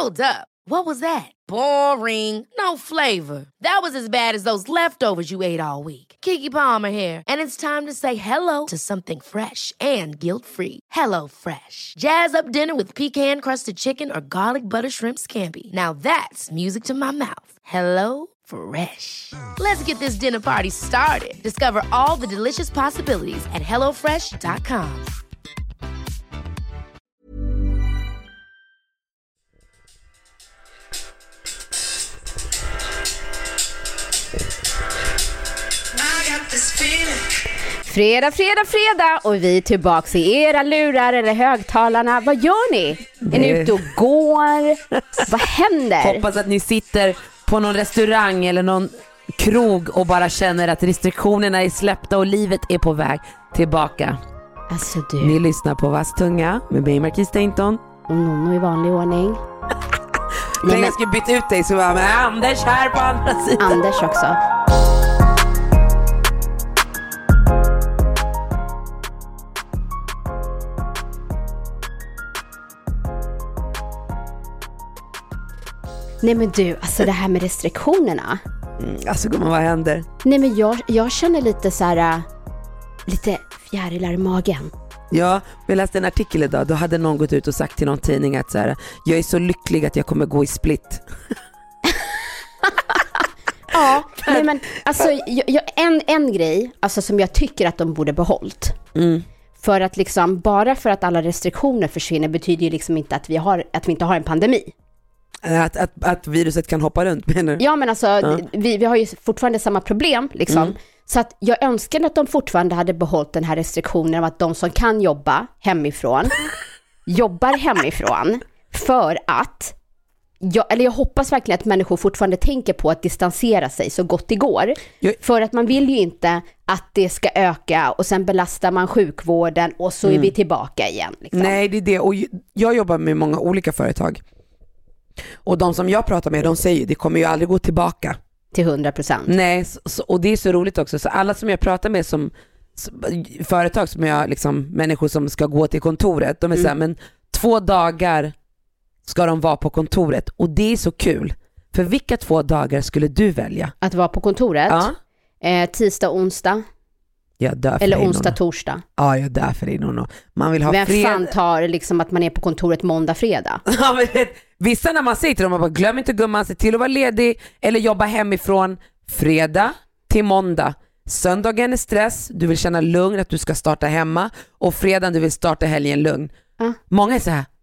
Hold up. What was that? Boring. No flavor. That was as bad as those leftovers you ate all week. Keke Palmer here. And it's time to say hello to something fresh and guilt-free. Hello Fresh. Jazz up dinner with pecan-crusted chicken or garlic butter shrimp scampi. Now that's music to my mouth. Hello Fresh. Let's get this dinner party started. Discover all the delicious possibilities at hellofresh.com. Fredag och vi är tillbaka i era lurar eller högtalarna. Vad gör ni? Är ni ute och går? Vad händer? Hoppas att ni sitter på någon restaurang eller någon krog och bara känner att restriktionerna är släppta och livet är på väg tillbaka. Alltså du. Ni lyssnar på Vass tunga med mig, Marquis Stainton. Och Nonno i vanlig ordning. Jag ska byta ut dig så var med Anders här på andra sidan. Anders också. Nej men du, alltså det här med restriktionerna. Alltså gumman, vad händer? Nej men jag känner lite så här, lite fjärilar i magen. Ja, vi läste en artikel idag. Då hade någon gått ut och sagt till någon tidning att så här, jag är så lycklig att jag kommer gå i split. Ja, nej men alltså en grej alltså, som jag tycker att de borde behållt. För att liksom, bara för att alla restriktioner försvinner betyder ju liksom inte att vi inte har en pandemi. Att viruset kan hoppa runt, menar du? Ja, men alltså vi har ju fortfarande samma problem liksom. Så att jag önskar att de fortfarande hade behållit den här restriktionen om att de som kan jobba hemifrån jobbar hemifrån, för att jag hoppas verkligen att människor fortfarande tänker på att distansera sig så gott det går. För att man vill ju inte att det ska öka och sen belastar man sjukvården och så är vi tillbaka igen. Liksom. Nej, det är det. Och jag jobbar med många olika företag. Och de som jag pratar med, de säger ju det kommer ju aldrig gå tillbaka. Till 100%. Nej, och det är så roligt också. Så alla som jag pratar med som företag, som jag liksom, människor som ska gå till kontoret, de är så här, men 2 dagar ska de vara på kontoret. Och det är så kul. För vilka 2 dagar skulle du välja? Att vara på kontoret? Ja. Tisdag, onsdag. Eller onsdag, torsdag. Ja, jag dör för det någon. Man vill ha vem fan tar liksom att man är på kontoret måndag, fredag? Ja, men vissa när man säger till dem, man bara, glöm inte gumman, se till att vara ledig eller jobba hemifrån fredag till måndag. Söndagen är stress, du vill känna lugn att du ska starta hemma, och fredagen du vill starta helgen lugn. Många är så här,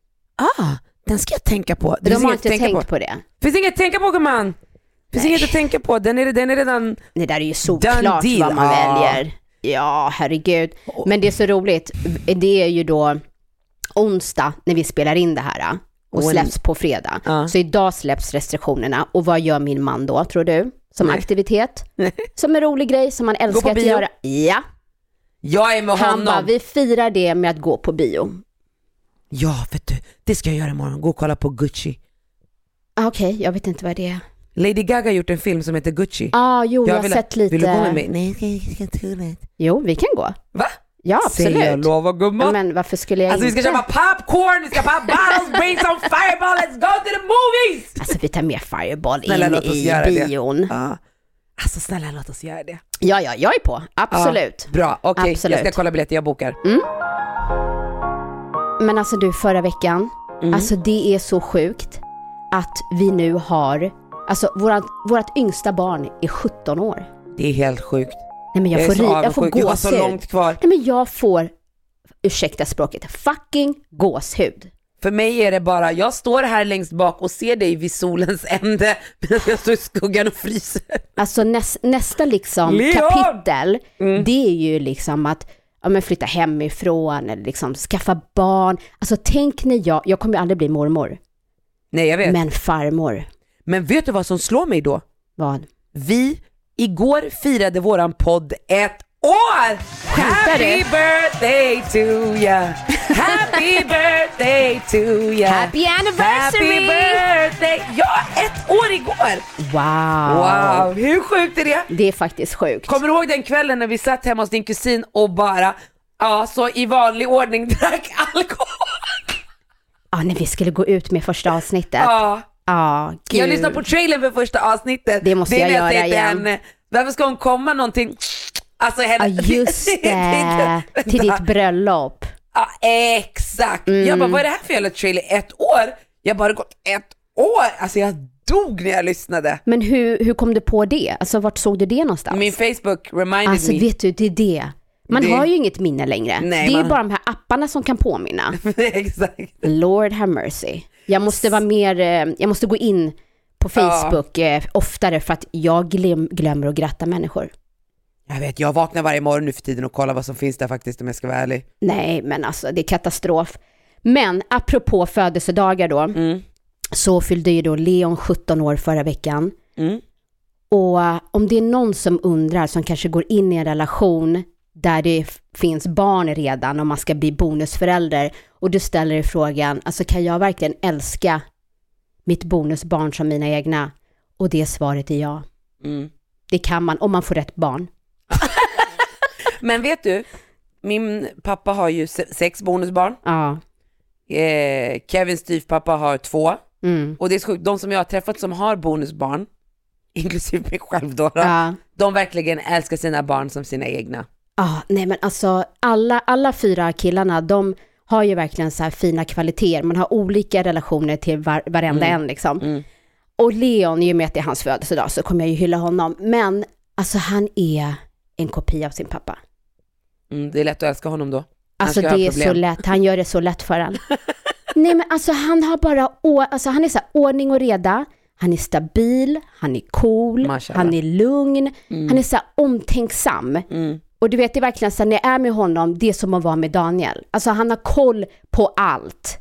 den ska jag tänka på. De har inte tänkt på det. Finns inget att tänka på, gumman. Finns inget att tänka på. Den är redan. Det där är ju så klart vad man väljer. Ja, herregud. Men det är så roligt. Det är ju då onsdag när vi spelar in det här och släpps på fredag. Så idag släpps restriktionerna. Och vad gör min man då, tror du? Som aktivitet? Som en rolig grej som man älskar att göra. Ja. Jag är med honom. Han bara, vi firar det med att gå på bio. Ja, vet du, det ska jag göra imorgon. Gå och kolla på Gucci. Okej, jag vet inte vad det är. Lady Gaga har gjort en film som heter Gucci. Jo, jag har sett lite. Vill du gå med mig? Nej, jag ska inte gå. Jo, vi kan gå. Va? Ja, absolut. Säg jag lovar, gumman. Men varför skulle jag inte? Vi ska köpa popcorn, vi ska pop bottles, bring some Fireball, let's go to the movies! Alltså, vi tar med Fireball in i bion. Alltså, snälla, låt oss göra det. Ja, jag är på. Absolut. Bra, okej. Jag ska kolla biljetter, jag bokar. Men alltså du, förra veckan, alltså det är så sjukt att vi nu har, alltså vårat yngsta barn är 17 år. Det är helt sjukt. Nej, men jag får gåshud. Jag har så långt kvar. Nej, men jag får, ursäkta språket, fucking gåshud. För mig är det bara, jag står här längst bak och ser dig vid solens ände medan jag står i skuggan och fryser. Alltså nästa liksom kapitel, det är ju liksom att flytta hemifrån eller liksom skaffa barn. Alltså tänk när jag kommer aldrig bli mormor. Nej, jag vet. Men farmor. Men vet du vad som slår mig då? Vad? Vi igår firade våran podd 1 år! Happy birthday to you. Happy birthday to you. Happy anniversary. Happy birthday. Ja, 1 år igår. Wow, hur sjukt är det? Det är faktiskt sjukt. Kommer du ihåg den kvällen när vi satt hemma hos din kusin och bara så i vanlig ordning drack alkohol? när vi skulle gå ut med första avsnittet. Gud. Jag lyssnade på trailern för första avsnittet. Det måste jag göra igen. Varför ska hon komma någonting? Alltså just det. Till ditt bröllop. Ja, exakt. Jag bara, vad är det här för jävla trailer? 1 år? Jag bara, gått 1 år. Alltså jag dog när jag lyssnade. Men hur kom du på det? Alltså vart såg du det någonstans? Min Facebook reminded me. Alltså vet du, det är det. Man har ju inget minne längre. Nej, det är ju bara de här apparna som kan påminna. Exakt. Lord have mercy. Jag måste vara mer, jag måste gå in på Facebook oftare för att jag glömmer att gratta människor. Jag vet, jag vaknar varje morgon nu för tiden och kollar vad som finns där faktiskt, om jag ska vara ärlig. Nej, men alltså det är katastrof. Men apropå födelsedagar då, så fyllde ju då Leon 17 år förra veckan. Och om det är någon som undrar, som kanske går in i en relation där det finns barn redan och man ska bli bonusförälder, och du ställer dig frågan, alltså kan jag verkligen älska mitt bonusbarn som mina egna? Och det svaret är ja. Det kan man, om man får rätt barn. Men vet du, min pappa har ju 6 bonusbarn. Ja. Kevins styvpappa har 2. Och det är sjukt, de som jag har träffat som har bonusbarn, inklusive mig själv då, de verkligen älskar sina barn som sina egna. Nej men alltså alla 4 killarna, de har ju verkligen så här fina kvaliteter. Man har olika relationer till varenda en liksom. Och Leon, i och med att det är hans födelsedag, så kommer jag ju hylla honom. Men alltså han är en kopia av sin pappa. Det är lätt att älska honom då. Alltså det är så lätt, han gör det så lätt för en. Nej men alltså han har bara, alltså han är så här ordning och reda. Han är stabil, han är cool, Mashallah. Han är lugn, han är så här omtänksam. Och du vet, det är verkligen så när jag är med honom, det är som att vara med Daniel. Alltså han har koll på allt.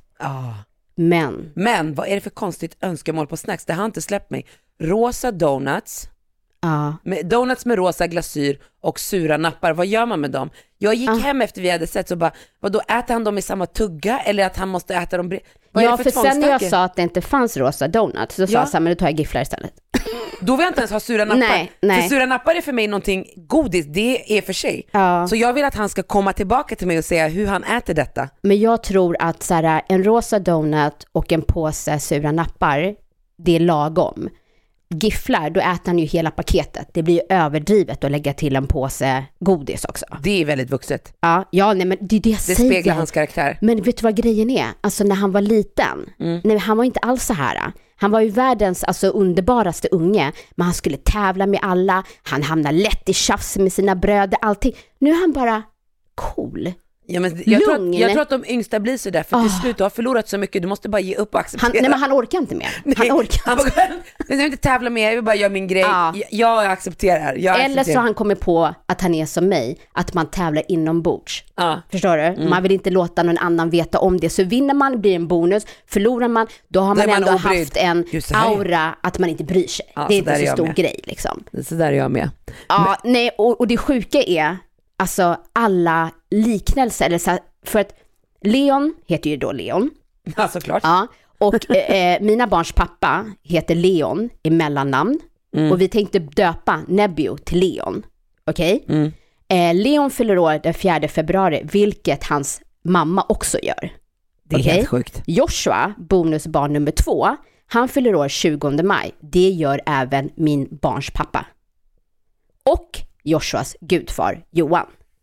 Men vad är det för konstigt önskemål på snacks? Det har inte släppt mig. Rosa donuts. Donuts med rosa glasyr och sura nappar. Vad gör man med dem? Jag gick hem efter vi hade sett, så bara, vadå, äter han dem i samma tugga eller att han måste äta dem för sen när jag sa att det inte fanns rosa donuts, så sa jag så här, men då tar jag gifflar istället. Då vill jag inte ens ha sura nappar. Nej. För sura nappar är för mig någonting godis, det är för sig. Så jag vill att han ska komma tillbaka till mig och säga hur han äter detta. Men jag tror att så här, en rosa donut och en påse sura nappar, det är lagom. Gifflar, då äter han ju hela paketet. Det blir ju överdrivet att lägga till en påse godis också. Det är väldigt vuxet. Ja, nej, men det speglar hans karaktär. Men vet du vad grejen är? Alltså när han var liten, nej, han var inte alls så här. Han var ju världens underbaraste unge, men han skulle tävla med alla. Han hamnade lätt i tjafs med sina bröder, allting. Nu är han bara cool. Ja, men jag tror att de yngsta blir så där, för till slut, du har förlorat så mycket, du måste bara ge upp och acceptera. Nej, men han orkar inte mer. Han vill inte tävla med, jag vill bara göra min grej. Jag accepterar. Eller så har han kommit på att han är som mig, att man tävlar inombords. Förstår du? Man vill inte låta någon annan veta om det. Så vinner man blir en bonus, förlorar man, då har man ändå haft en aura att man inte bryr sig. Det är inte så stor grej liksom. Så där är jag med. Nej, och det sjuka är alltså alla liknelser, eller så här, för att Leon heter ju då Leon. Ja, såklart. Och mina barns pappa heter Leon i mellannamn. Och vi tänkte döpa Nebio till Leon. Okej? Leon fyller år den 4 februari, vilket hans mamma också gör. Det är helt sjukt. Joshua, bonusbarn nummer 2, han fyller år 20 maj. Det gör även min barns pappa. Och Joshuas gudfar Johan.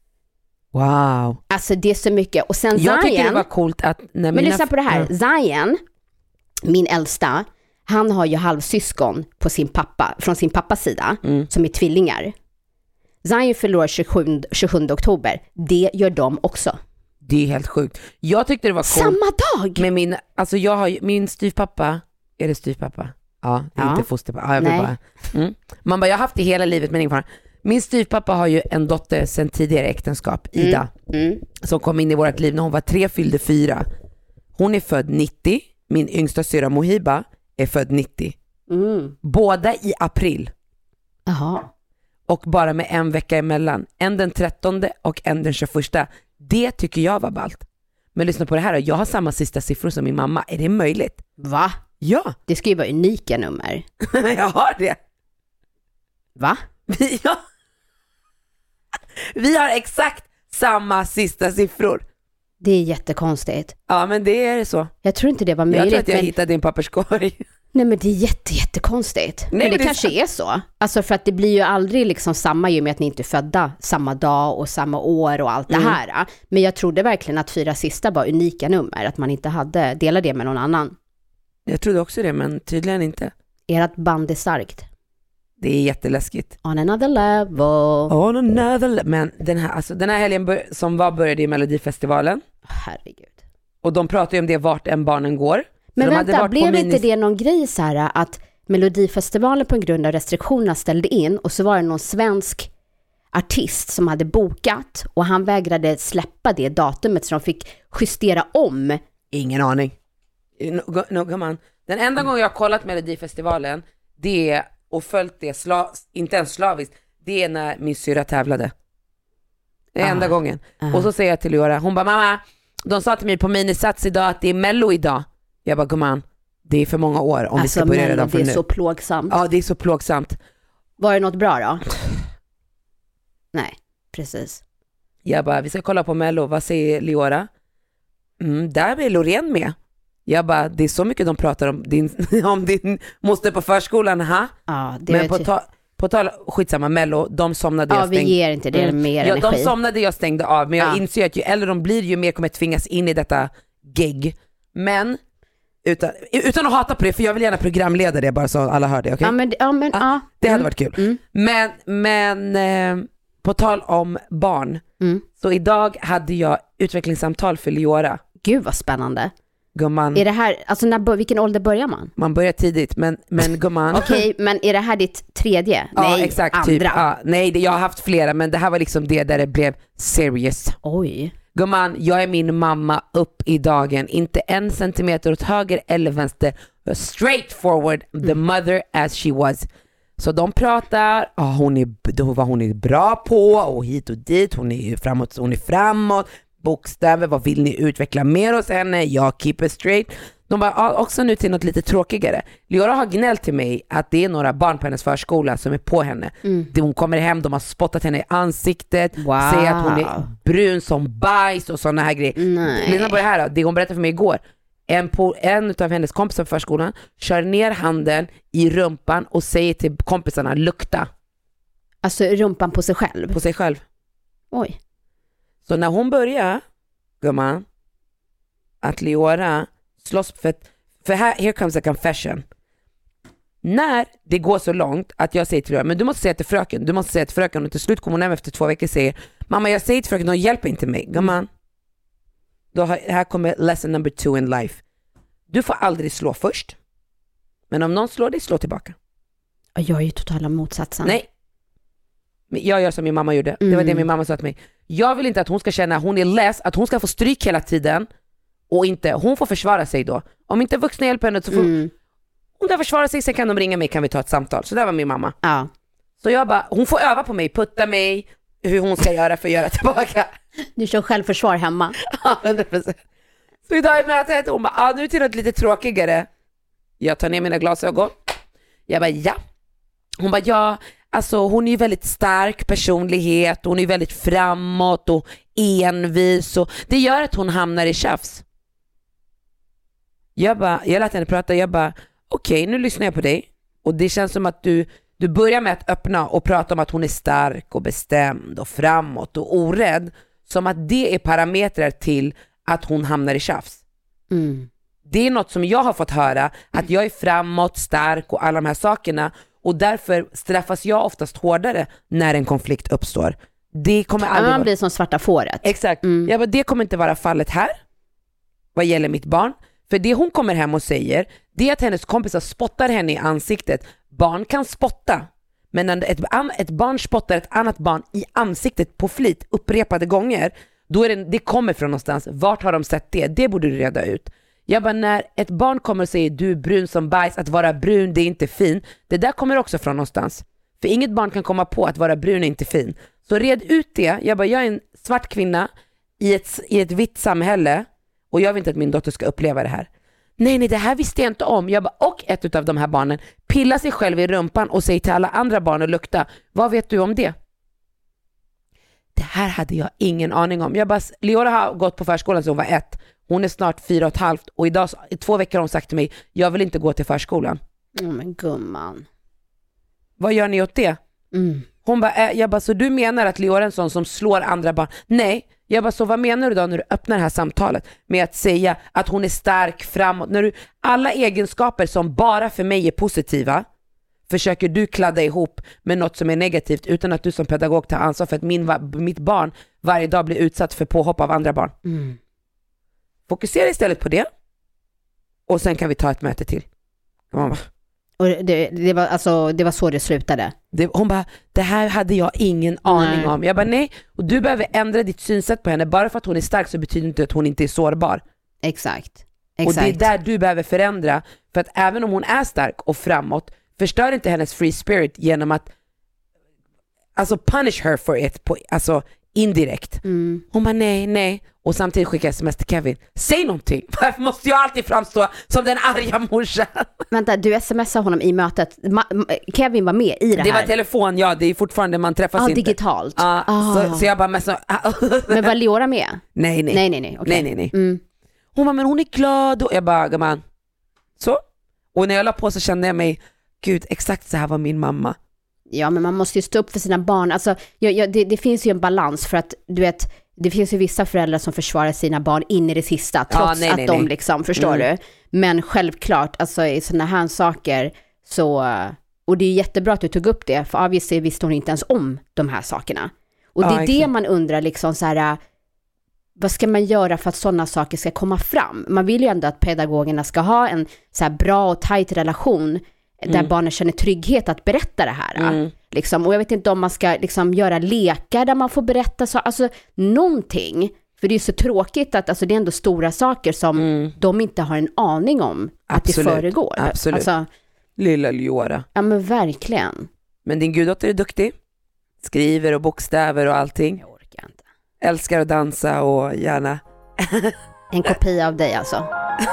Wow. Alltså det är så mycket. Och sen jag tycker det var coolt att när men lyssna på det här. Zion, min äldsta, han har ju halvsyskon på sin pappa, från sin pappas sida, som är tvillingar. Zion förlorar 27 oktober. Det gör de också. Det är helt sjukt. Jag tyckte det var coolt. Samma dag? Med jag har ju, min styvpappa, är det styvpappa? Ja, inte fosterpappa. Jag vill bara. Man bara, jag har haft det hela livet, men ingen fara. Min styvpappa har ju en dotter sedan tidigare äktenskap, Ida, som kom in i vårt liv när hon var 3, fyllde 4. Hon är född 90, min yngsta syra Mohiba är född 90. Båda i april. Och bara med en vecka emellan. En den 13 och en den 21. Det tycker jag var ballt. Men lyssna på det här, jag har samma sista siffror som min mamma. Är det möjligt? Va? Ja. Det ska ju vara unika nummer. Jag har det. Va? Vi har exakt samma sista siffror. Det är jättekonstigt. Ja, men det är så. Jag tror inte det var möjligt. Jag tror att jag hittade din papperskorg. Nej, men det är jättekonstigt. Men det kanske är så. Alltså för att det blir ju aldrig liksom samma ju med att ni inte är födda samma dag och samma år och allt det här. Men jag trodde verkligen att 4 sista var unika nummer. Att man inte hade delat det med någon annan. Jag trodde också det, men tydligen inte. Ert band är starkt. Det är jätteläskigt. On another level. On another level. Men den här helgen som började i Melodifestivalen. Herregud. Och de pratar ju om det vart en barnen går. Men vänta, blev inte det någon grej så här att Melodifestivalen på grund av restriktionerna ställde in och så var det någon svensk artist som hade bokat och han vägrade släppa det datumet så de fick justera om. Ingen aning. Den enda gången jag har kollat Melodifestivalen, det är och följt det inte ens slaviskt, det är när min syra tävlade. Det är enda gången. Och så säger jag till Leora, hon bara, mamma, de sa till mig på minisats idag att det är Mello idag. Jag bara, gumman, det är för många år om vi ska börja redan från nu. Det är så plågsamt. Ja, det är så plågsamt. Var det något bra då? Nej, precis. Jag bara, vi ska kolla på Mello, vad säger Leora? Där är Loreen med. Jag bara, det är så mycket de pratar om din moster på förskolan, ha? Ja, det men på tal, skitsamma, Mello, de somnade jag stängde. Ja, vi ger inte det mer energi. De somnade jag stängde av, men jag inser att ju äldre de blir, ju mer kommer jag tvingas in i detta gig. Men utan att hata på det, för jag vill gärna programleda det bara så alla hör det, okej? Det hade varit kul. Men på tal om barn, så idag hade jag utvecklingssamtal för Leora. Gud vad spännande. Gumman. Är det här, alltså vilken ålder börjar man? Man börjar tidigt, men gumman. Okej, men är det här ditt tredje? Ja, nej, exakt. andra. Typ, ja, nej, jag har haft flera, men det här var liksom det där det blev serious. Oj. Gumman, jag är min mamma upp i dagen. Inte 1 centimeter åt höger eller vänster. Straight forward, the mother as she was. Så de pratar, vad hon är bra på och hit och dit. Hon är framåt. Bokstäver, vad vill ni utveckla mer hos henne? Jag keep it straight. De bara, också nu till något lite tråkigare. Leora har gnällt till mig att det är några barn på hennes förskola som är på henne. Hon kommer hem, de har spottat henne i ansiktet, säger att hon är brun som bajs och sådana här grejer. Lyssna på det här då, det hon berättade för mig igår. En av hennes kompisar på förskolan kör ner handen i rumpan och säger till kompisarna, lukta. Alltså rumpan på sig själv? På sig själv. Oj. Så när hon börjar, gumman, att Leora slåss för here comes a confession. När det går så långt att jag säger till Leora, men du måste säga till fröken, och till slut kommer hon hem efter 2 veckor och säger, mamma, jag säger till fröken, hon hjälper inte mig. Gumman, här kommer lesson number 2 in life. Du får aldrig slå först, men om någon slår dig, slå tillbaka. Jag är ju totala motsatsen. Nej. Jag gör som min mamma gjorde. Det var det min mamma sa till mig. Jag vill inte att hon ska känna att hon är less, att hon ska få stryk hela tiden och inte, hon får försvara sig då. Om inte vuxna hjälper henne så får hon kan försvara sig, sen kan de ringa mig, kan vi ta ett samtal. Så där var min mamma. Ja. Så jag bara, hon får öva på mig, putta mig, hur hon ska göra för att göra tillbaka. Du kör självförsvar hemma. Ja, 100%. Så idag i mötet, hon bara, nu till något lite tråkigare. Jag tar ner mina glasögon. Jag bara, ja. Hon bara, ja. Alltså hon är ju väldigt stark personlighet, hon är väldigt framåt och envis och det gör att hon hamnar i tjafs. Jag lät henne prata, jag bara, okej, nu lyssnar jag på dig och det känns som att du börjar med att öppna och prata om att hon är stark och bestämd och framåt och orädd, som att det är parametrar till att hon hamnar i tjafs. Det är något som jag har fått höra, att jag är framåt, stark och alla de här sakerna. Och därför straffas jag oftast hårdare när en konflikt uppstår. Det kommer aldrig man blir som svarta fåret. Exakt. Jag bara, det kommer inte vara fallet här vad gäller mitt barn. För det hon kommer hem och säger, det är att hennes kompisar spottar henne i ansiktet. Barn kan spotta. Men när ett barn spottar ett annat barn i ansiktet på flit upprepade gånger, då är det kommer från någonstans. Vart har de sett det? Det borde du reda ut. Jag bara, när ett barn kommer och säger du är brun som bajs, att vara brun det är inte fin, det där kommer också från någonstans. För inget barn kan komma på att vara brun är inte fin. Så red ut det. Jag bara, jag är en svart kvinna i ett vitt samhälle och jag vill inte att min dotter ska uppleva det här. Nej, det här visste jag inte om. Jag bara, och ett av de här barnen pillar sig själv i rumpan och säger till alla andra barn att lukta. Vad vet du om det? det här hade jag ingen aning om. Jag bara, Leora har gått på förskolan så hon var 1. Hon är snart 4,5 och idag, i 2 veckor har hon sagt till mig, jag vill inte gå till förskolan. Men gumman. Vad gör ni åt det? Hon bara, jag bara, så du menar att Leora är en sån som slår andra barn? Nej. Jag bara, så vad menar du då när du öppnar det här samtalet med att säga att hon är stark framåt? När du, alla egenskaper som bara för mig är positiva försöker du kladda ihop med något som är negativt utan att du som pedagog tar ansvar för att mitt barn varje dag blir utsatt för påhopp av andra barn. Fokusera istället på det och sen kan vi ta ett möte till. Och det var så det slutade. Hon bara, det här hade jag ingen aning om. Jag bara, nej. Och du behöver ändra ditt synsätt på henne. Bara för att hon är stark så betyder inte att hon inte är sårbar. Exakt. Och det är där du behöver förändra. För att även om hon är stark och framåt, förstör inte hennes free spirit genom att punish her for it. Indirekt. Hon bara, nej. Och samtidigt skickar sms till Kevin. Säg någonting. Varför måste jag alltid framstå som den arga morsan? Vänta, du smsade honom i mötet. Kevin var med i det här. Det var telefon, ja. Det är fortfarande, man träffas inte. Digitalt. Så jag bara, men var Leora med? Nej. Okay. Nej. Hon bara, men hon är glad. Och jag bara, gammal. Så. Och när jag la på så kände jag mig, gud, exakt så här var min mamma. Ja, men man måste ju stå upp för sina barn. Alltså, det finns ju en balans för att, du vet, det finns ju vissa föräldrar som försvarar sina barn in i det sista, trots att de liksom, förstår du? Men självklart, alltså i sådana här saker så, och det är jättebra att du tog upp det, för obviously visste hon inte ens om de här sakerna. Och det är det man undrar liksom så här, vad ska man göra för att sådana saker ska komma fram? Man vill ju ändå att pedagogerna ska ha en så här bra och tajt relation där barnen känner trygghet att berätta det här. Liksom. Och jag vet inte om man ska liksom göra lekar där man får berätta så, alltså någonting. För det är så tråkigt att det är ändå stora saker som de inte har en aning om att det föregår. Absolut. Alltså, lilla Leora. Ja, men verkligen. Men din guddotter är duktig. Skriver och bokstäver och allting. Jag orkar inte. Älskar att dansa och gärna. En kopia av dig alltså.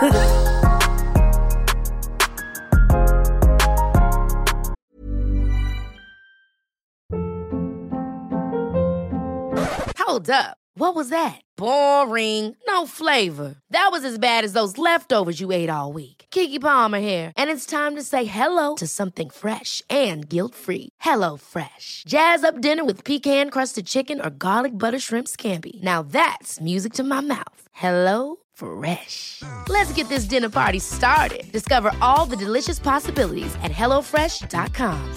Hold up. What was that? Boring. No flavor. That was as bad as those leftovers you ate all week. Keke Palmer here, and it's time to say hello to something fresh and guilt-free. Hello Fresh. Jazz up dinner with pecan-crusted chicken or garlic butter shrimp scampi. Now that's music to my mouth. Hello Fresh. Let's get this dinner party started. Discover all the delicious possibilities at hellofresh.com.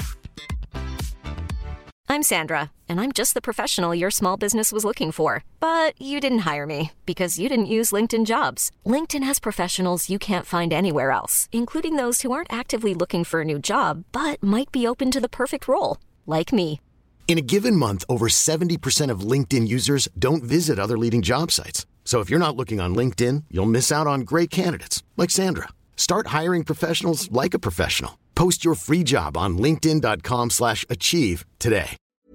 I'm Sandra, and I'm just the professional your small business was looking for. But you didn't hire me because you didn't use LinkedIn Jobs. LinkedIn has professionals you can't find anywhere else, including those who aren't actively looking for a new job, but might be open to the perfect role, like me. In a given month, over 70% of LinkedIn users don't visit other leading job sites. So if you're not looking on LinkedIn, you'll miss out on great candidates, like Sandra. Start hiring professionals like a professional. Post your free job on linkedin.com/achieve today.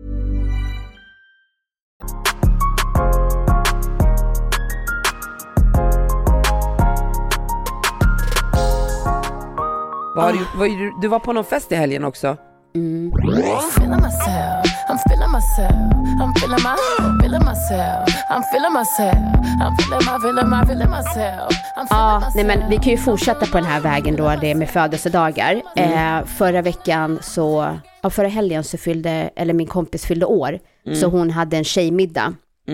Du var på någon fest i helgen också. I'm feeling myself. I'm feeling myself. I'm feeling myself. I'm feeling myself. I'm feeling myself. Ja, nej men vi kan ju fortsätta på den här vägen då, det med födelsedagar. Förra veckan så, förra helgen så min kompis fyllde år. Så hon hade en tjejmiddag.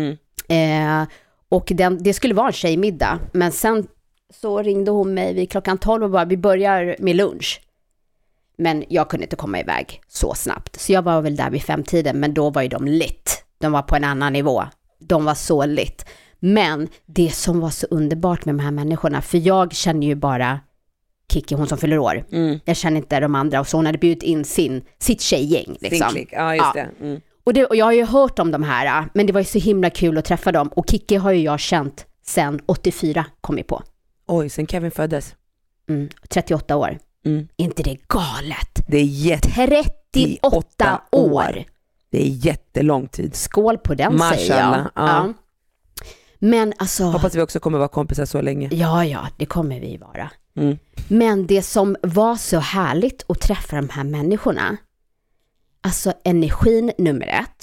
Och det skulle vara en tjejmiddag. Men sen så ringde hon mig vid klockan 12 och bara, vi börjar med lunch. Men jag kunde inte komma iväg så snabbt. Så jag var väl där vid 5-tiden, men då var ju de lit. De var på en annan nivå. De var så lit. Men det som var så underbart med de här människorna, för jag känner ju bara Kiki, hon som fyller år. Jag känner inte de andra. Och så hon hade bjudit in sitt tjejgäng. Liksom. Ja, just det. Och jag har ju hört om de här, men det var ju så himla kul att träffa dem. Och Kiki har ju jag känt sen 84 kom jag på. Oj, sen Kevin föddes. 38 år. Inte det galet? Det är 38 år. Det är jättelång tid. Skål på den, säger jag. Ja. Men alltså, hoppas vi också kommer vara kompisar så länge. Ja, det kommer vi vara. Men det som var så härligt att träffa de här människorna, alltså energin nummer 1.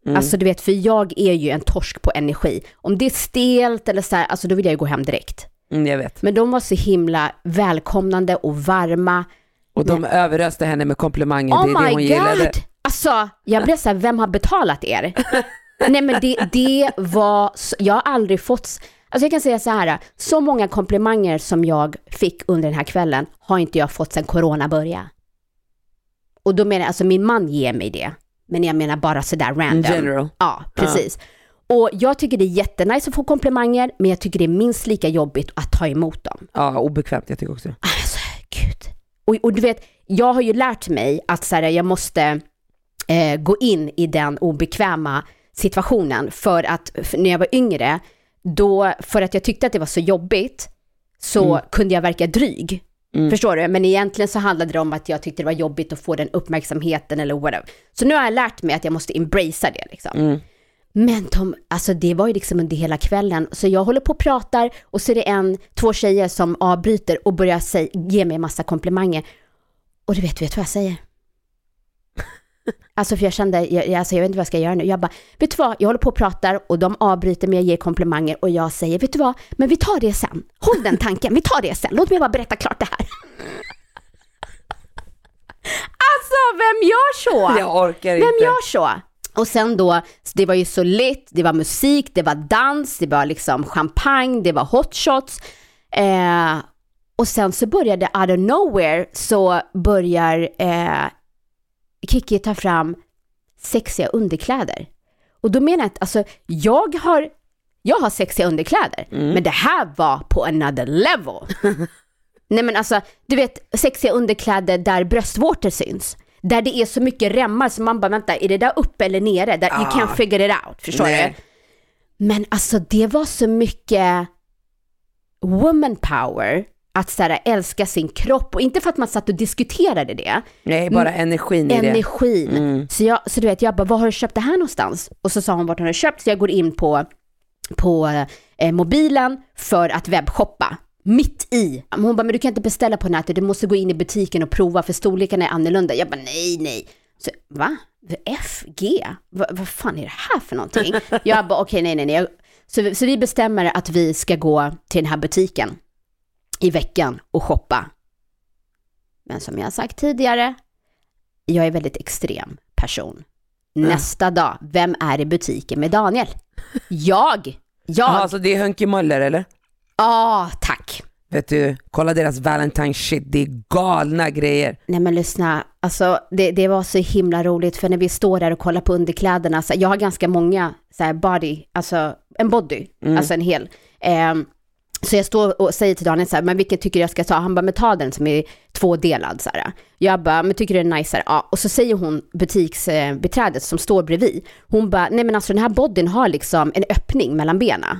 Alltså du vet, för jag är ju en torsk på energi. Om det är stelt eller så här, alltså då vill jag ju gå hem direkt. Jag vet. Men de var så himla välkomnande och varma. Och de överröste henne med komplimanger. Oh det är det hon gillade. Alltså, jag blev så här, vem har betalat er? Nej men det var, jag har aldrig fått, alltså jag kan säga så här, så många komplimanger som jag fick under den här kvällen har inte jag fått sedan corona började. Och då menar jag, alltså min man ger mig det. Men jag menar bara sådär random. General. Ja, precis. Och jag tycker det är jättenice att få komplimanger, men jag tycker det är minst lika jobbigt att ta emot dem. Ja, obekvämt, jag tycker också. Alltså, gud. Och du vet, jag har ju lärt mig att så här, jag måste gå in i den obekväma situationen för när jag var yngre, då, för att jag tyckte att det var så jobbigt så kunde jag verka dryg. Förstår du? Men egentligen så handlade det om att jag tyckte det var jobbigt att få den uppmärksamheten eller whatever. Så nu har jag lärt mig att jag måste embracea det liksom. Men alltså det var ju liksom under hela kvällen. Så jag håller på och pratar och så är det 2 tjejer som avbryter och börjar ge mig massa komplimanger. Och du vet vad jag säger? Alltså för jag kände, jag vet inte vad jag ska göra nu. Jag bara, vet du vad? Jag håller på och pratar och de avbryter mig och ger komplimanger. Och jag säger, vet du vad? Men vi tar det sen. Håll den tanken, vi tar det sen. Låt mig bara berätta klart det här. Alltså, vem gör så? Jag orkar inte. Vem gör så? Och sen då, det var ju så lätt, det var musik, det var dans, det var liksom champagne, det var hot shots. Och sen så började out of nowhere så börjar Kiki ta fram sexiga underkläder. Och då menar jag att alltså, jag har sexiga underkläder, men det här var på another level. Nej men alltså, du vet, sexiga underkläder där bröstvårtor syns. Där det är så mycket remmar som man bara, vänta, är det där uppe eller nere? Där you can't figure it out, förstår du? Men alltså det var så mycket woman power att så här, älska sin kropp. Och inte för att man satt och diskuterade det. Nej, bara energin i det. Energin. Så du vet, jag bara, vad har du köpt det här någonstans? Och så sa hon vart hon har köpt. Så jag går in på mobilen för att webbshoppa. Mitt i. Hon bara, men du kan inte beställa på nätet. Du måste gå in i butiken och prova för storleken är annorlunda. Jag bara, nej. Så, va? FG? Vad fan är det här för någonting? Jag bara, okej, nej. Så vi bestämmer att vi ska gå till den här butiken i veckan och shoppa. Men som jag har sagt tidigare, jag är väldigt extrem person. Nästa dag, vem är i butiken med Daniel? Jag. Jaha, så det är Hunky Möller, eller? Ja, tack. Vet du, kolla deras Valentine shit, det är galna grejer. Nej men lyssna, alltså det var så himla roligt för när vi står där och kollar på underkläderna, så jag har ganska många så här body, alltså en body, alltså en hel. Så jag står och säger till Daniel så här, men vilken tycker jag ska ta? Han bara, men ta den som är 2-delad så här. Jag bara, men tycker du det är nice? Ja. Och så säger hon butiksbiträdet som står bredvid. Hon bara, nej men alltså den här bodyn har liksom en öppning mellan benen.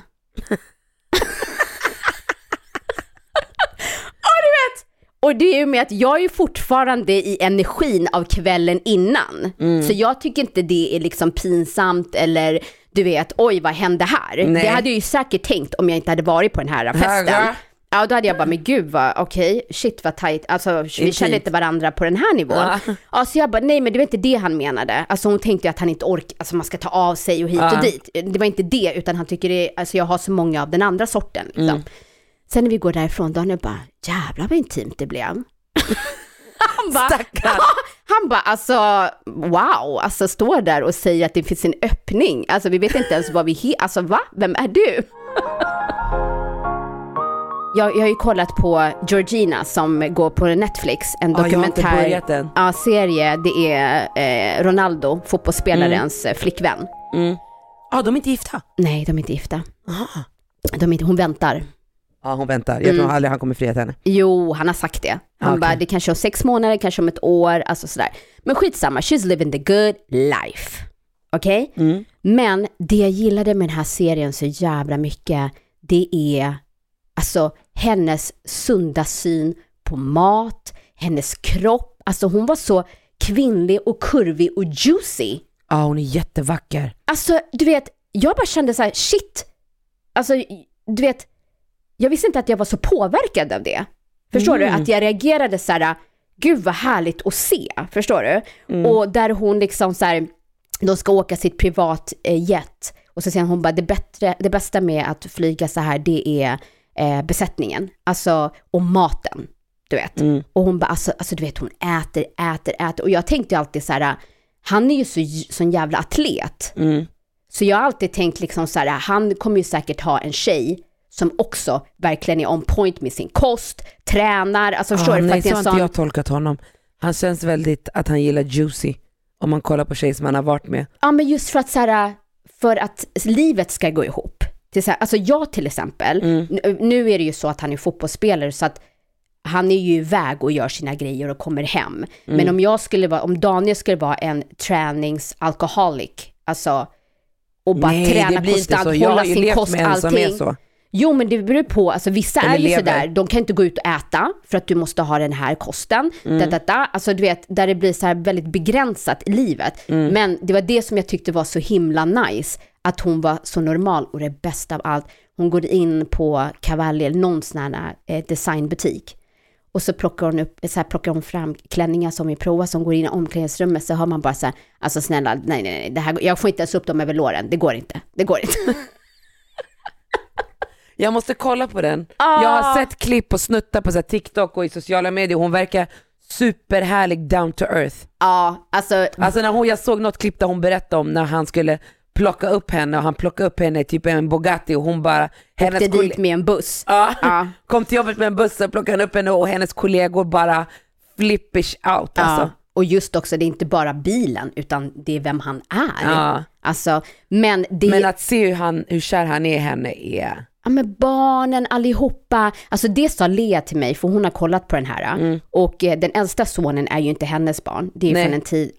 Och det är ju med att jag är ju fortfarande i energin av kvällen innan. Så jag tycker inte det är liksom pinsamt eller du vet, oj vad hände här? Nej. Det hade jag ju säkert tänkt om jag inte hade varit på den här festen. Ja, då hade jag bara, men gud vad, okej, shit vad tajt. Alltså vi kände inte varandra på den här nivån. Ja, så jag bara, nej men det var inte det han menade. Alltså hon tänkte ju att han inte alltså man ska ta av sig och hit och dit. Det var inte det, utan han tycker det, alltså jag har så många av den andra sorten liksom. Sen när vi går därifrån, då är det bara, jävlar vad intimt det blev. Han bara, alltså, wow, alltså står där och säger att det finns en öppning. Alltså vi vet inte ens vad alltså va? Vem är du? Jag har ju kollat på Georgina som går på Netflix, en dokumentär serie. Det är Ronaldo, fotbollsspelarens flickvän. Ja, de är inte gifta? Nej, de är inte gifta. Hon väntar. Ja, hon väntar. Jag tror aldrig han kommer fria henne. Jo, han har sagt det. Han bara, det kanske om 6 månader, kanske om ett år, alltså sådär. Men skitsamma, she's living the good life. Okej? Men det jag gillade med den här serien så jävla mycket, det är alltså hennes sunda syn på mat, hennes kropp. Alltså hon var så kvinnlig och kurvig och juicy. Ja, hon är jättevacker. Alltså, du vet, jag bara kände så här, shit. Alltså, du vet, jag visste inte att jag var så påverkad av det. Förstår du? Att jag reagerade så här, gud vad härligt att se. Förstår du? Och där hon liksom så här de ska åka sitt privat jet. Och så säger hon bara, det bästa med att flyga så här, det är besättningen. Alltså, och maten, du vet. Och hon bara, alltså du vet, hon äter. Och jag tänkte alltid så här, han är ju sån jävla atlet. Så jag har alltid tänkt liksom så här, han kommer ju säkert ha en tjej som också verkligen är on point med sin kost, tränar. Alltså förstår du? Nej, så har inte jag tolkat honom. Han känns väldigt att han gillar juicy. Om man kollar på tjejer som han har varit med. Ja, men just för att så här, för att livet ska gå ihop. Till så här, alltså jag till exempel, nu är det ju så att han är fotbollsspelare så att han är ju iväg och gör sina grejer och kommer hem. Men om Daniel skulle vara en träningsalkoholik, alltså och bara träna konstant, hålla sin kost, allting. Jo, men det beror på, alltså vissa är ju sådär, de kan inte gå ut och äta för att du måste ha den här kosten. Alltså du vet, där det blir så här väldigt begränsat i livet. Men det var det som jag tyckte var så himla nice, att hon var så normal och det bästa av allt. Hon går in på Cavalier, någon sån här designbutik. Och så plockar hon fram klänningar som vi provar, som går in i omklädningsrummet, så har man bara så här, alltså snälla, nej, det här, jag får inte ens upp dem över låren, det går inte. Jag måste kolla på den. Jag har sett klipp och snuttar på så här TikTok och i sociala medier. Hon verkar superhärlig, down to earth. Ja, alltså när jag såg något klipp där hon berättade om när han skulle plocka upp henne, och han plockade upp henne typ en Bugatti, och hon bara åkte dit med en buss. Kom till jobbet med en buss och plockade upp henne, och hennes kollegor bara flippish out alltså. Och just också, det är inte bara bilen, utan det är vem han är. Alltså, men att se hur kär han är i henne är... Ja, men barnen allihopa, alltså det sa Lea till mig, för hon har kollat på den här. Och den äldsta sonen är ju inte hennes barn. Det är ju från en tid,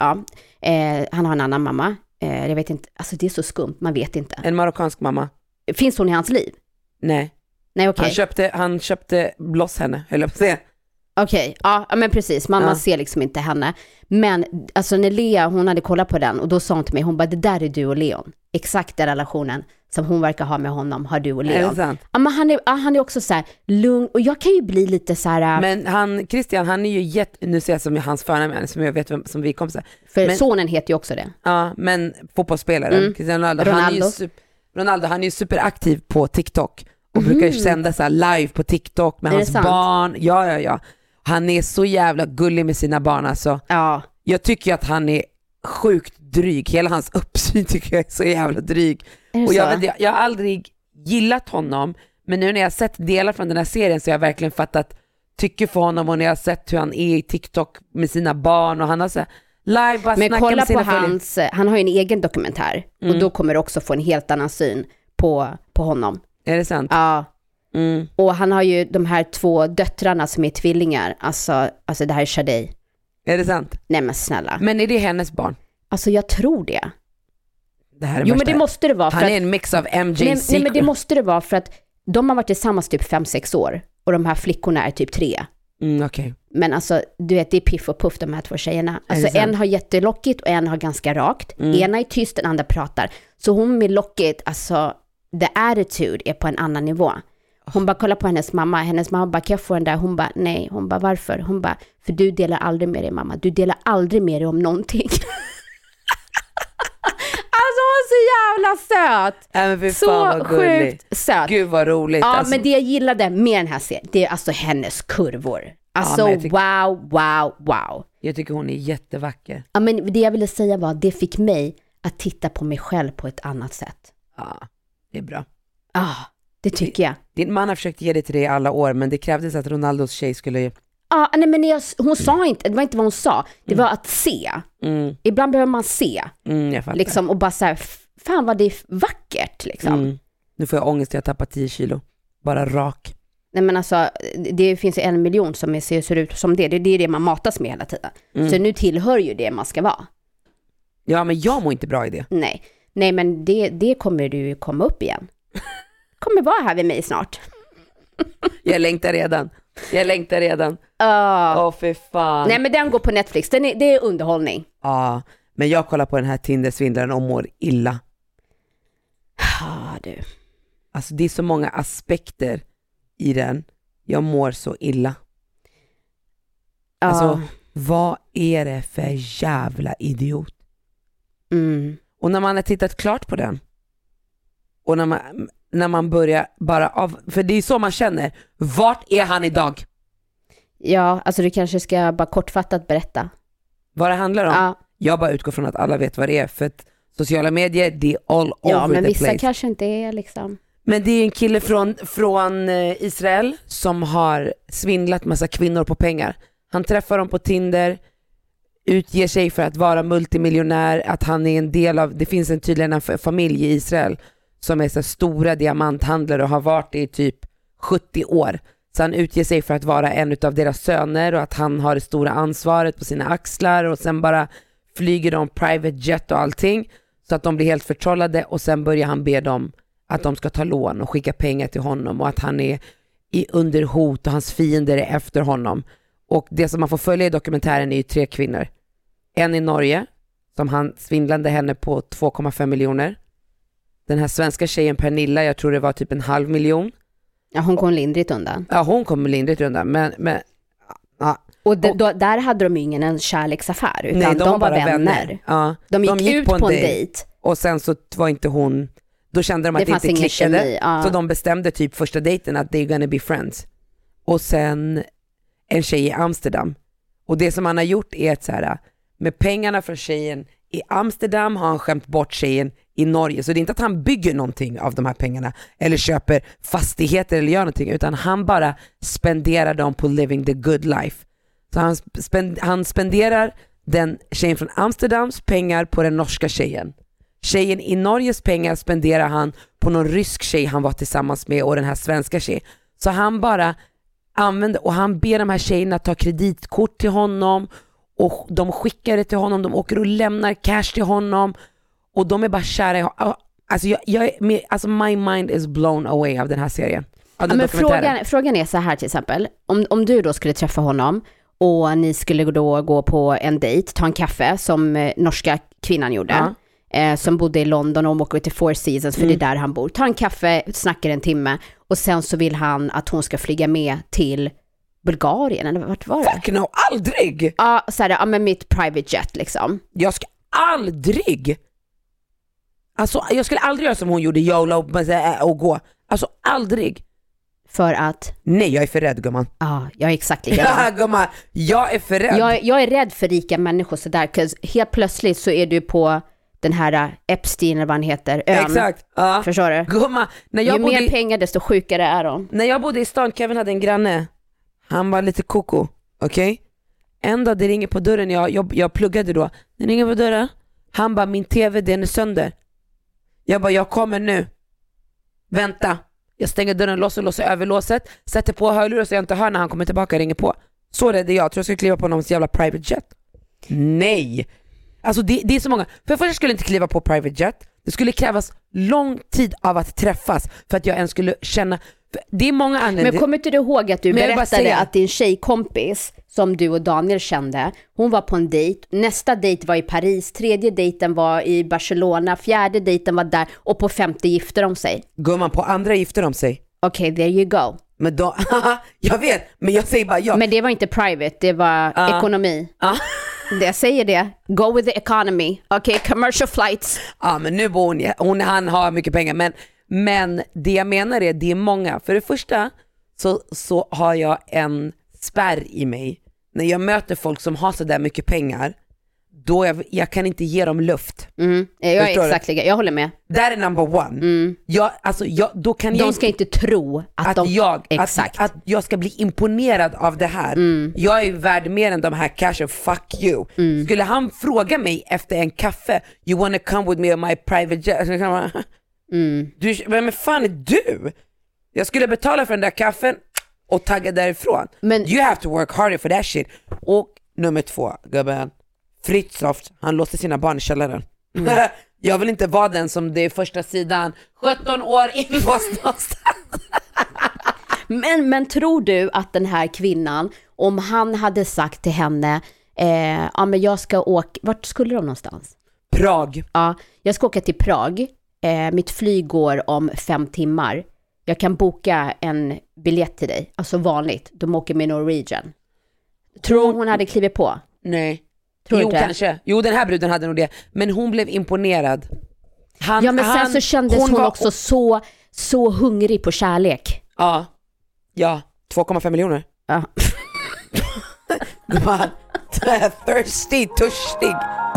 han har en annan mamma. Jag vet inte, alltså det är så skumt, man vet inte. En marockansk mamma. Finns hon i hans liv? Nej, okej. Han köpte loss henne, höll jag på att säga. Okej, ja men precis, man ser liksom inte henne. Men alltså när Lea, hon hade kollat på den, och då sa hon till mig, hon bara, det där är du och Leon. Exakt den relationen som hon verkar ha med honom har du och Leon. Är det sant? Ja, men han är också så här lugn, och jag kan ju bli lite så här... Men Christian, han är ju nu ser jag som hans förnamn, som jag vet som vi kompisar. För sonen heter ju också det. Ja, men fotbollsspelaren Cristiano Ronaldo, han är ju superaktiv på TikTok och brukar ju sända så här live på TikTok med hans barn. Ja. Han är så jävla gullig med sina barn alltså. Ja. Jag tycker att han är sjukt dryg. Hela hans uppsyn tycker jag är så jävla dryg. Och jag har aldrig gillat honom, men nu när jag har sett delar från den här serien så har jag verkligen fattat tycker för honom, och när jag har sett hur han är i TikTok med sina barn, och han har så live bara men kolla med sina på han har ju en egen dokumentär, och då kommer du också få en helt annan syn på honom. Är det sant? Ja. Och han har ju de här 2 döttrarna som är tvillingar. Alltså det här är Shadej. Är det sant? Nej men snälla. Men är det hennes barn? Alltså jag tror det. Det här är men det måste det vara. Han är en mix av MJ. Nej men det måste det vara, för att de har varit tillsammans typ 5-6 år. Och de här flickorna är typ 3. Okay. Men alltså, du vet, det är piff och puff de här 2 tjejerna. Alltså en har jättelockigt och en har ganska rakt. Ena är tyst, den andra pratar. Så hon med lockigt, alltså the attitude är på en annan nivå. Hon bara kollar på hennes mamma bara, kan jag få den där? Hon bara, nej. Hon bara, varför? Hon bara, för du delar aldrig med dig mamma. Du delar aldrig med dig om någonting. Alltså hon är så jävla söt. Men så sjukt söt. Gud vad roligt. Ja, alltså. Men det jag gillade med den här serien, det är alltså hennes kurvor. Alltså wow. Jag tycker hon är jättevacker. Ja, men det jag ville säga var, det fick mig att titta på mig själv på ett annat sätt. Ja, det är bra. Ja, det tycker jag. Din man har försökt ge det till dig i alla år, men det krävdes att Ronaldos tjej skulle... Ja, nej men hon sa inte, det var inte vad hon sa. Det var att se. Ibland behöver man se. Jag fattar. Liksom, och bara så här, fan vad det är vackert liksom. Nu får jag ångest att jag tappar 10 kilo. Bara rak. Nej men alltså, det finns 1 miljon som ser ut som det. Det är det man matas med hela tiden. Så nu tillhör ju det man ska vara. Ja, men jag mår inte bra i det. Nej men det kommer du komma upp igen. Kommer vara här vid mig snart. Jag längtar redan. Fy fan. Nej men den går på Netflix. Det är underhållning. Ja, men jag kollar på den här Tinder-svindlaren och mår illa. Du. Alltså det är så många aspekter i den. Jag mår så illa. Alltså, vad är det för jävla idiot? Och när man har tittat klart på den och när man börjar bara för det är så man känner, vart är han idag? Ja, alltså du kanske ska bara kortfattat berätta vad det handlar om. Ja. Jag bara utgår från att alla vet vad det är, för att sociala medier, det är all over the place. Ja, men vissa kanske inte är liksom. Men det är en kille från Israel som har svindlat massa kvinnor på pengar. Han träffar dem på Tinder, utger sig för att vara multimiljonär, att han är en del av, det finns tydligen en familj i Israel som är så stora diamanthandlare och har varit i typ 70 år. Så han utger sig för att vara en av deras söner och att han har det stora ansvaret på sina axlar, och sen bara flyger de private jet och allting så att de blir helt förtrollade, och sen börjar han be dem att de ska ta lån och skicka pengar till honom, och att han är under hot och hans fiender är efter honom. Och det som man får följa i dokumentären är ju 3 kvinnor. En i Norge som han svindlade henne på 2,5 miljoner. Den här svenska tjejen Pernilla, jag tror det var typ 500 000. Ja, hon kom lindrigt undan. Ja, hon kom lindrigt undan, men ja. Och där hade de ju ingen en kärleksaffär, utan nej, de var vänner. Ja, de gick ut på en dejt. Och sen så var inte hon, då kände de att det inte klickade. Kemi, ja. Så de bestämde typ första dejten att they're gonna be friends. Och sen en tjej i Amsterdam. Och det som han har gjort är att så här, med pengarna från tjejen i Amsterdam har han skämt bort tjejen i Norge. Så det är inte att han bygger någonting av de här pengarna eller köper fastigheter eller gör någonting, utan han bara spenderar dem på living the good life. Så han spenderar den tjejen från Amsterdams pengar på den norska tjejen. Tjejen i Norges pengar spenderar han på någon rysk tjej han var tillsammans med, och den här svenska tjejen. Så han bara använder, och han ber de här tjejerna ta kreditkort till honom, och de skickar det till honom, de åker och lämnar cash till honom, och de är bara kära. Alltså my mind is blown away av den här serien. Ja, men frågan är så här till exempel, om du då skulle träffa honom och ni skulle då gå på en dejt, ta en kaffe som norska kvinnan gjorde, som bodde i London, och åker till Four Seasons för det är där han bor. Ta en kaffe, snackar en timme, och sen så vill han att hon ska flyga med till Bulgarien, eller vart var det? Fuck no, aldrig! Ja, med mitt private jet liksom. Jag ska aldrig, alltså jag skulle aldrig göra som hon gjorde, YOLO och gå. Alltså aldrig. För att? Nej, jag är för rädd, gumman. Ja, jag är exakt likadan. Gumman, jag är för rädd. Jag är rädd för rika människor sådär, för helt plötsligt så är du på den här Epstein eller vad han heter, ön. Exakt. Ja. Förstår du? Gumman, ju mer pengar desto sjukare är de. När jag bodde i stan, Kevin hade en granne. Han var lite koko, okej? En dag det ringer på dörren, jag pluggade då. Det ringer på dörren. Han bara, min tv den är sönder. Jag bara, jag kommer nu. Vänta. Jag stänger dörren, låser överlåset, sätter på hörlurar så jag inte hör när han kommer tillbaka och ringer på. Så det är jag tror jag ska kliva på någons jävla private jet. Nej. Alltså det är så många. För först skulle jag inte kliva på private jet. Det skulle krävas lång tid av att träffas för att jag ens skulle känna. Det är många anledningar. Men kommer inte du ihåg att du berättade att din tjejkompis som du och Daniel kände, hon var på en dejt, nästa dejt var i Paris, tredje dejten var i Barcelona, fjärde dejten var där, och på femte gifte de sig. Gumman, på andra gifter de sig. Okej, there you go. Men då, jag vet, men jag säger bara ja. Men det var inte private, det var ekonomi. Jag säger det. Go with the economy. Okej, commercial flights. Ja, men nu bor han har mycket pengar, men det jag menar är, det är många. För det första så har jag en spärr i mig. När jag möter folk som har så där mycket pengar, då jag kan inte ge dem luft. Jag är exakt lika, jag håller med. Det är number one. Då kan de ska inte tro att jag ska bli imponerad av det här. Jag är värd mer än de här cashen, fuck you. Skulle han fråga mig efter en kaffe, you wanna come with me on my private jet? Vem fan är du? Jag skulle betala för den där kaffen och tagga därifrån. Men you have to work harder for that shit. Och nummer 2, gubben, Fritzhoff, han låste sina barn i källaren. Jag vill inte vara den som det är första sidan 17 år inlåst någonstans. Men tror du att den här kvinnan, om han hade sagt till henne men jag ska åka, vart skulle de någonstans? Prag. Ja, jag ska åka till Prag. Mitt flyg går om 5 timmar. Jag kan boka en biljett till dig. Alltså vanligt, de åker med Norwegian. Tror hon hade klivit på? Nej. Tror Jo du det? kanske, jo den här bruden hade nog det. Men hon blev imponerad. Ja, men sen så kändes hon också så hungrig på kärlek. Ja, 2,5 miljoner. Ja. Det var törstig.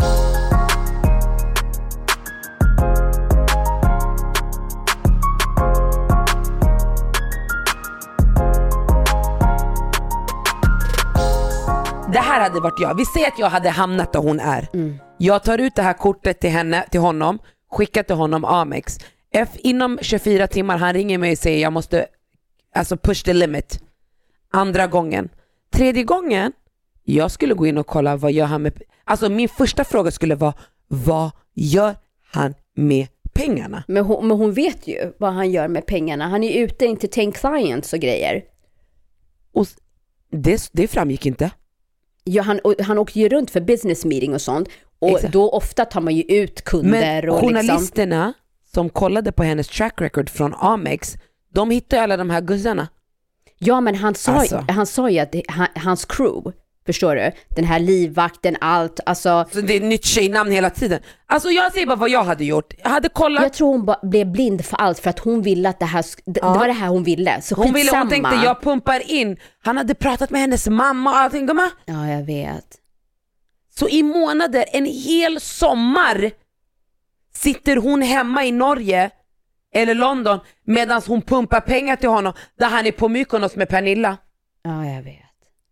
Det här hade varit jag. Vi säger att jag hade hamnat där hon är. Jag tar ut det här kortet till honom, skickar till honom Amex. Inom 24 timmar han ringer mig och säger jag måste push the limit. Andra gången. Tredje gången jag skulle gå in och kolla vad gör han med. Alltså min första fråga skulle vara vad gör han med pengarna? Men hon vet ju vad han gör med pengarna. Han är ute inte till clients och grejer. Och det framgick inte. Ja, han åker ju runt för business meeting och sånt. Och exakt. Då ofta tar man ju ut kunder. Men och journalisterna som kollade på hennes track record från Amex, de hittade alla de här guzzarna. Ja, men han sa ju att hans crew, förstår du? Den här livvakten, allt. Alltså, så det är ett nytt tjejnamn hela tiden. Alltså jag säger bara vad jag hade gjort. Jag hade kollat. Jag tror hon blev blind för allt för att hon ville att det här, det var det här hon ville. Så hon tänkte jag pumpar in. Han hade pratat med hennes mamma och allting. Ja, jag vet. Så i månader, en hel sommar sitter hon hemma i Norge eller London medan hon pumpar pengar till honom där han är på Mykonos med Pernilla. Ja, jag vet.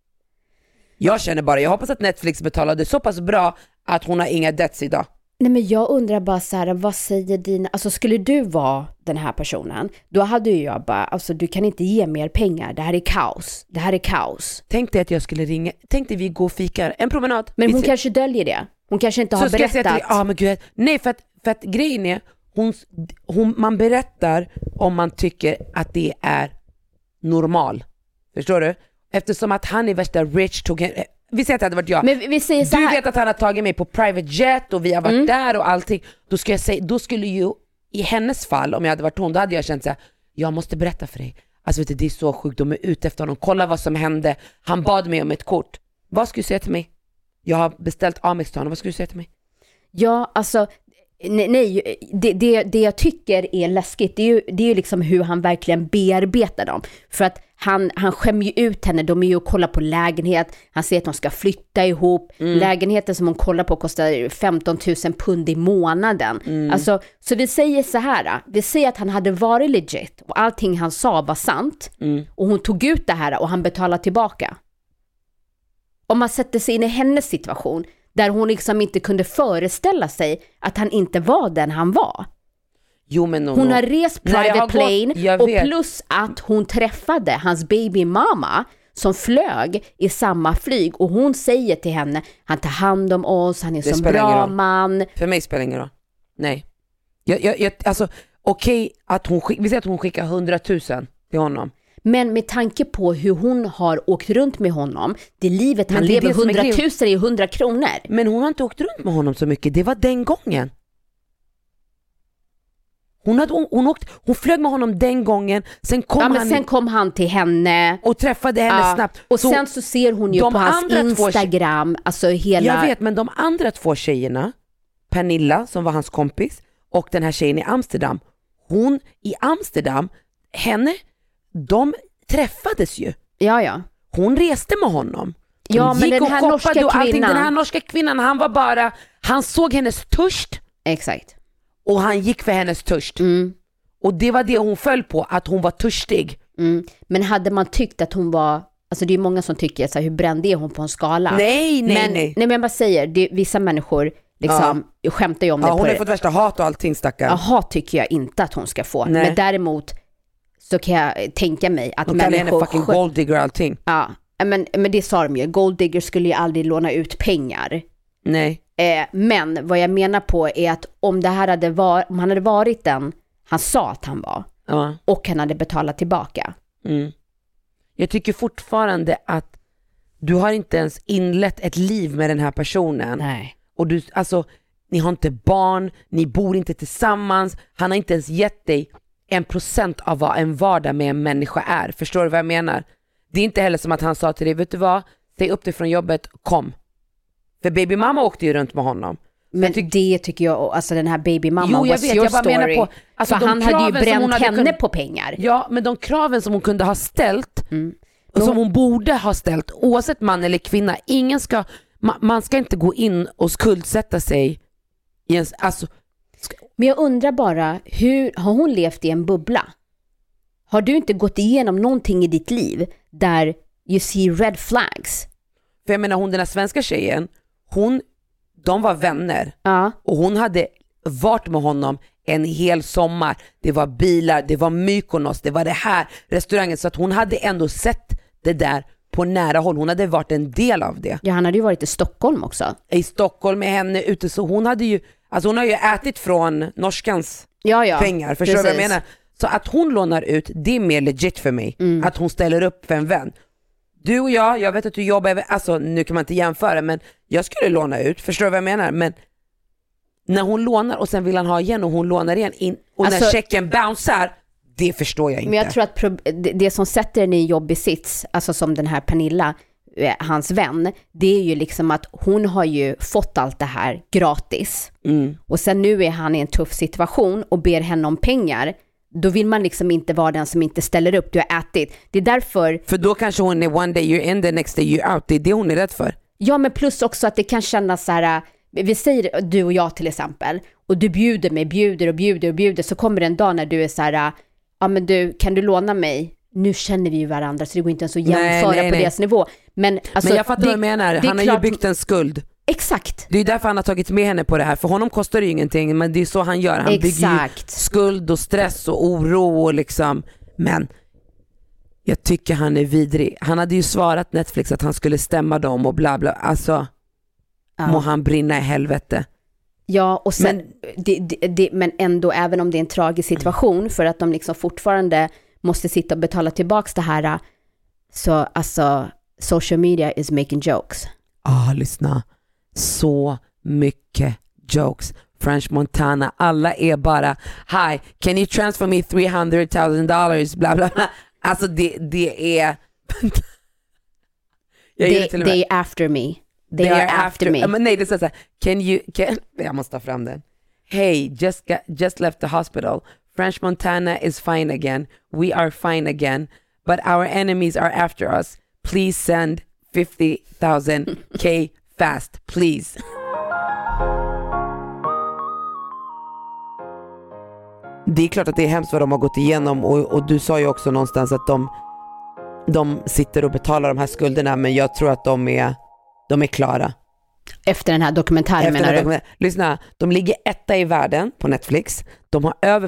Jag känner bara, jag hoppas att Netflix betalade så pass bra att hon har inga debts idag. Nej, men jag undrar bara så här, vad säger dina... Alltså skulle du vara den här personen, då hade ju jag bara, alltså du kan inte ge mer pengar, det här är kaos. Tänk dig att jag skulle ringa, tänk dig vi går och fikar, en promenad. Men hon kanske döljer det. Hon kanske inte har berättat. Ja, men gud, nej för att grejen är, man berättar om man tycker att det är normal. Förstår du? Eftersom att han är värsta rich, vi säger att det hade varit jag. Men vi säger så här. Du vet att han har tagit mig på private jet och vi har varit där och allting. Då skulle ju i hennes fall, om jag hade varit hon, då hade jag känt så här, jag måste berätta för dig. Alltså vet du, det är så sjukt, de är ute efter honom. Kolla vad som hände. Han bad mig om ett kort. Vad skulle du säga till mig? Jag har beställt Amex till honom. Vad skulle du säga till mig? Ja, alltså nej, det jag tycker är läskigt, det är ju liksom hur han verkligen bearbetar dem. För att han skämmer ju ut henne, de är ju och kollar på lägenhet, han säger att de ska flytta ihop, lägenheten som hon kollar på kostar 15 000 pund i månaden. Alltså, så vi säger så här, vi säger att han hade varit legit och allting han sa var sant och hon tog ut det här och han betalade tillbaka. Om man sätter sig in i hennes situation där hon liksom inte kunde föreställa sig att han inte var den han var. Jo, men hon har rest private plane och plus att hon träffade hans baby mama som flög i samma flyg och hon säger till henne, han tar hand om oss, han är så bra man. För mig spelar ingen roll. Nej. Alltså okej, att vi säger att hon skickar 100 000 till honom. Men med tanke på hur hon har åkt runt med honom, det livet han lever, 100 000 är 100 kronor. Men hon har inte åkt runt med honom så mycket, det var den gången. Hon flög med honom den gången, sen kom han till henne och träffade henne snabbt. Och sen så ser hon ju på hans Instagram, alltså hela... Jag vet, men de andra två tjejerna, Pernilla som var hans kompis och den här tjejen i Amsterdam, hon i Amsterdam, de träffades ju. Ja. Hon reste med honom. Ja, men den här norska kvinnan. Den här norska kvinnan, han såg hennes törst. Exakt. Och han gick för hennes törst. Och det var det hon föll på, att hon var törstig. Men hade man tyckt att hon var, alltså det är många som tycker så här, hur bränd är hon på en skala? Nej. Nej, men jag bara säger, vissa människor liksom skämtar ju om det. Hon har fått värsta hat och allting, stackar. Ja, hat tycker jag inte att hon ska få. Nej. Men däremot så kan jag tänka mig att människor... henne fucking golddigger och allting. Ja, men det sa de ju. Golddigger skulle ju aldrig låna ut pengar. Nej. Men vad jag menar på är att om han hade varit den han sa att han var och han hade betalat tillbaka. Jag tycker fortfarande att du har inte ens inlett ett liv med den här personen. Nej. Och ni har inte barn, ni bor inte tillsammans, han har inte ens gett dig 1% av vad en vardag med en människa är. Förstår du vad jag menar? Det är inte heller som att han sa till dig, vet du vad, säg upp dig från jobbet, kom. För babymamma åkte ju runt med honom. Men det tycker jag, alltså den här babymamman, jo, jag was vet, your jag bara story. menar på, alltså för han hade ju bränt henne på pengar. Ja, men de kraven som hon kunde ha ställt, och som hon borde ha ställt, oavsett man eller kvinna, ingen ska, man ska inte gå in och skuldsätta sig i ens, alltså. Men jag undrar bara, hur har hon levt i en bubbla? Har du inte gått igenom någonting i ditt liv där you see red flags? För jag menar, hon, den här svenska tjejen, de var vänner. Ja. Och hon hade varit med honom en hel sommar. Det var bilar, det var Mykonos, det var det här restaurangen. Så att hon hade ändå sett det där på nära håll. Hon hade varit en del av det. Ja, han hade ju varit i Stockholm också. I Stockholm med henne ute. Så hon hade ju, alltså hon har ju ätit från norskans pengar. Förstår du vad jag menar? Så att hon lånar ut, det är mer legit för mig. Att hon ställer upp för en vän. Du och jag vet att du jobbar, alltså nu kan man inte jämföra, men jag skulle låna ut, förstår du vad jag menar? Men när hon lånar och sen vill han ha igen och hon lånar igen och alltså, när checken bouncear, det förstår jag inte. Men jag tror att det som sätter den i jobbig sits, alltså som den här Pernilla, hans vän, det är ju liksom att hon har ju fått allt det här gratis. Och sen nu är han i en tuff situation och ber henne om pengar. Då vill man liksom inte vara den som inte ställer upp. Du har ätit. Det är därför... För då kanske hon är one day you're in, the next day you're out. Det är det hon är rädd för. Ja, men plus också att det kan kännas så här... Vi säger du och jag till exempel. Och du bjuder. Så kommer det en dag när du är så här... Ja, men du, kan du låna mig? Nu känner vi ju varandra så det går inte ens att jämföra på deras nivå. Men jag fattar vad du menar. Han har ju byggt en skuld. Exakt. Det är därför han har tagit med henne på det här. För honom kostar det ju ingenting, men det är så han gör. Han bygger ju skuld och stress och oro och liksom. Men jag tycker han är vidrig. Han hade ju svarat Netflix att han skulle stämma dem och bla bla. Alltså, må han brinna i helvete. Ja, och sen men ändå, även om det är en tragisk situation, för att de liksom fortfarande måste sitta och betala tillbaks det här. Så alltså, social media is making jokes. Lyssna. Så mycket jokes. French Montana, alla är bara hi, can you transfer me $300,000 bla bla bla. Alltså det är they after me. They are after me. Men nej, det är så här, jag måste ta fram den. Hey, just left the hospital. French Montana is fine again. We are fine again. But our enemies are after us. Please send 50,000 K fast, please. Det är klart att det är hemskt vad de har gått igenom, och du sa ju också någonstans att de sitter och betalar de här skulderna, men jag tror att de är klara. Efter den här dokumentären menar du? Lyssna, de ligger etta i världen på Netflix. De har över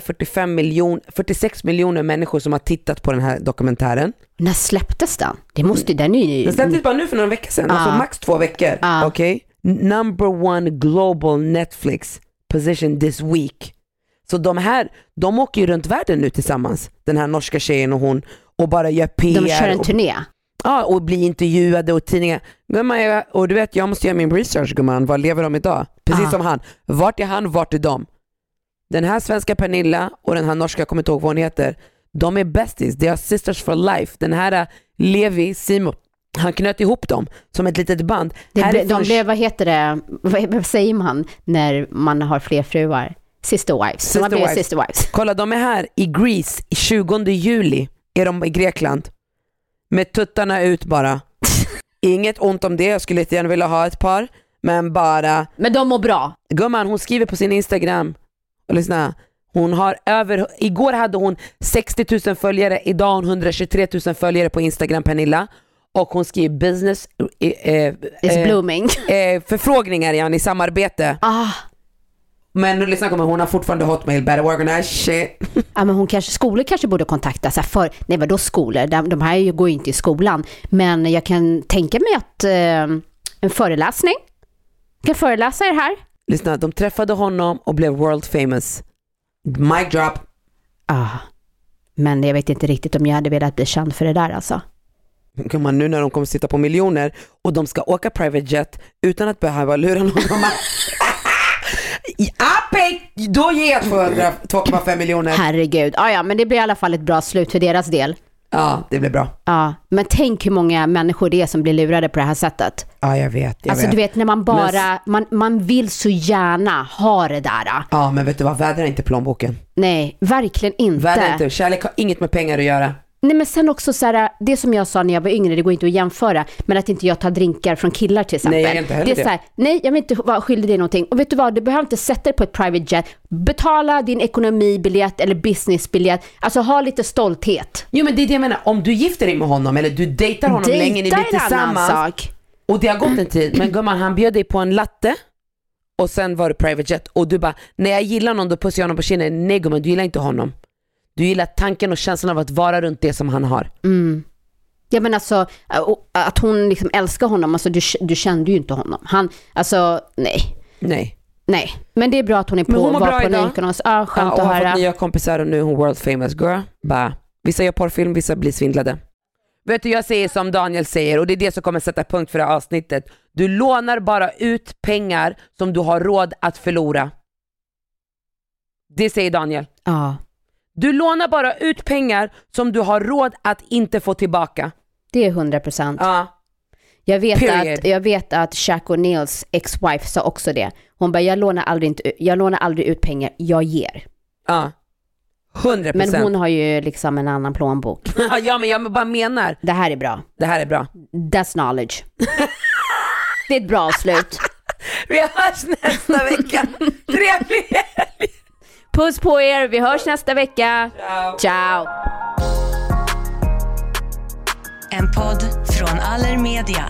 46 miljoner människor som har tittat på den här dokumentären. När släpptes den? Det måste den ju... Den släpptes bara nu för några veckor sedan. Alltså max 2 veckor. Okay? Number 1 global Netflix position this week. Så de åker ju runt världen nu tillsammans. Den här norska tjejen och hon. Och bara gör PR. De kör en turné. Ja, och blir intervjuade och tidningar. Och du vet, jag måste göra min research, gumman. Vad lever de idag? Precis som han. Vart är han, vart är de? Den här svenska Pernilla och den här norska, jag kommer inte ihåg vad hon heter. De är besties, they are sisters for life. Den här Levi, Simon, han knöt ihop dem som ett litet band. De blev, vad heter det? Vad säger man när man har fler fruar? Sister wives. Sister wives. Kolla, de är här i Greece 20 juli. Är de i Grekland. Med tuttarna ut bara. Inget ont om det, jag skulle inte gärna vilja ha ett par. Men bara... Men de mår bra. Gumman, hon skriver på sin Instagram. Och lyssna, hon har igår hade hon 60 000 följare. Idag har hon 123 000 följare på Instagram, Pernilla. Och hon skriver business... is blooming. Förfrågningar i samarbete. Men nu lyssna, hon har fortfarande hotmail, better organize shit. Ja, men skolor kanske borde kontakta sig för, nej vadå skolor, de här går ju inte i skolan, men jag kan tänka mig att en föreläsning kan föreläsa er här. Lyssna, de träffade honom och blev world famous. Mic drop. Men jag vet inte riktigt om jag hade velat bli känd för det där alltså. Nu när de kommer sitta på miljoner och de ska åka private jet utan att behöva lura någon. Då ger jag 2,5 miljoner. Herregud. Ja, men det blir i alla fall ett bra slut för deras del. Ja, det blir bra. Ja, men tänk hur många människor det är som blir lurade på det här sättet. Ja, jag vet. Alltså du vet när man bara, man vill så gärna ha det där. Ja, men vet du vad, vädrar inte plånboken. Nej, verkligen inte. Vädrar inte, kärlek har inget med pengar att göra. Nej, men sen också så här, det som jag sa när jag var yngre, det går inte att jämföra, men att inte jag tar drinkar från killar till exempel. Nej, jag inte heller det är så här, nej, jag vill inte vara skyldig dig någonting. Och vet du vad, du behöver inte sätta dig på ett private jet. Betala din ekonomibiljett eller businessbiljett. Alltså ha lite stolthet. Jo, men det är det jag menar. Om du gifter dig med honom eller du dejtar honom länge, ni blir tillsammans. Och det har gått en tid, men gumman, han bjöd dig på en latte och sen var det private jet. Och du bara, när jag gillar någon då pussar jag honom på kinden. Nej gumman, du gillar inte honom. Du gillar tanken och känslan av att vara runt det som han har. Ja, men alltså att hon liksom älskar honom, alltså du kände ju inte honom. Han, alltså nej. Men det är bra att hon är på hon var på Nykonos. Ja, skönt och att har höra. fått nya kompisar och nu är hon world famous girl. Bara, vissa gör porrfilm, vissa blir svindlade. Vet du, jag säger som Daniel säger, och det är det som kommer sätta punkt för det här avsnittet. Du lånar bara ut pengar som du har råd att förlora. Det säger Daniel. Ja. Du lånar bara ut pengar som du har råd att inte få tillbaka. Det är 100%. Ja. Jag vet att Shaq O'Neals ex-wife sa också det. Hon bara, jag lånar aldrig ut pengar, jag ger. Ja. 100%. Men hon har ju liksom en annan plånbok. Ja, men jag bara menar. Det här är bra. That's knowledge. Det är ett bra slut. Vi hörs nästa vecka. Trevlig helg. Puss på er, vi hörs nästa vecka. Ciao. En podd från Allermedia.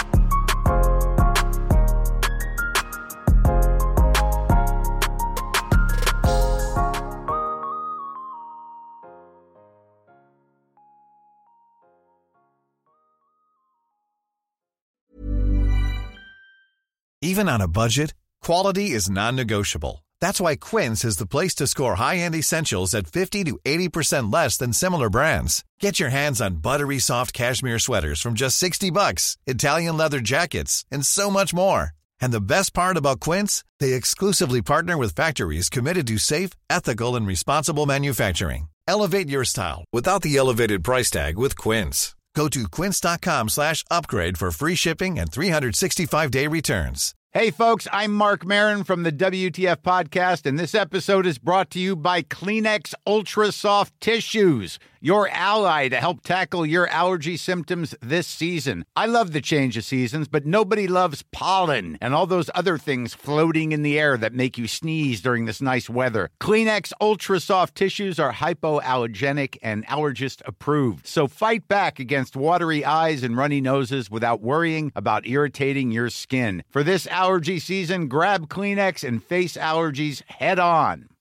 Even on a budget, quality is non-negotiable. That's why Quince is the place to score high-end essentials at 50 to 80% less than similar brands. Get your hands on buttery soft cashmere sweaters from just $60, Italian leather jackets, and so much more. And the best part about Quince, they exclusively partner with factories committed to safe, ethical, and responsible manufacturing. Elevate your style without the elevated price tag with Quince. Go to quince.com/upgrade for free shipping and 365-day returns. Hey, folks, I'm Mark Maron from the WTF Podcast, and this episode is brought to you by Kleenex Ultra Soft Tissues, your ally to help tackle your allergy symptoms this season. I love the change of seasons, but nobody loves pollen and all those other things floating in the air that make you sneeze during this nice weather. Kleenex Ultra Soft Tissues are hypoallergenic and allergist approved, so fight back against watery eyes and runny noses without worrying about irritating your skin. For this allergy season, grab Kleenex and face allergies head on.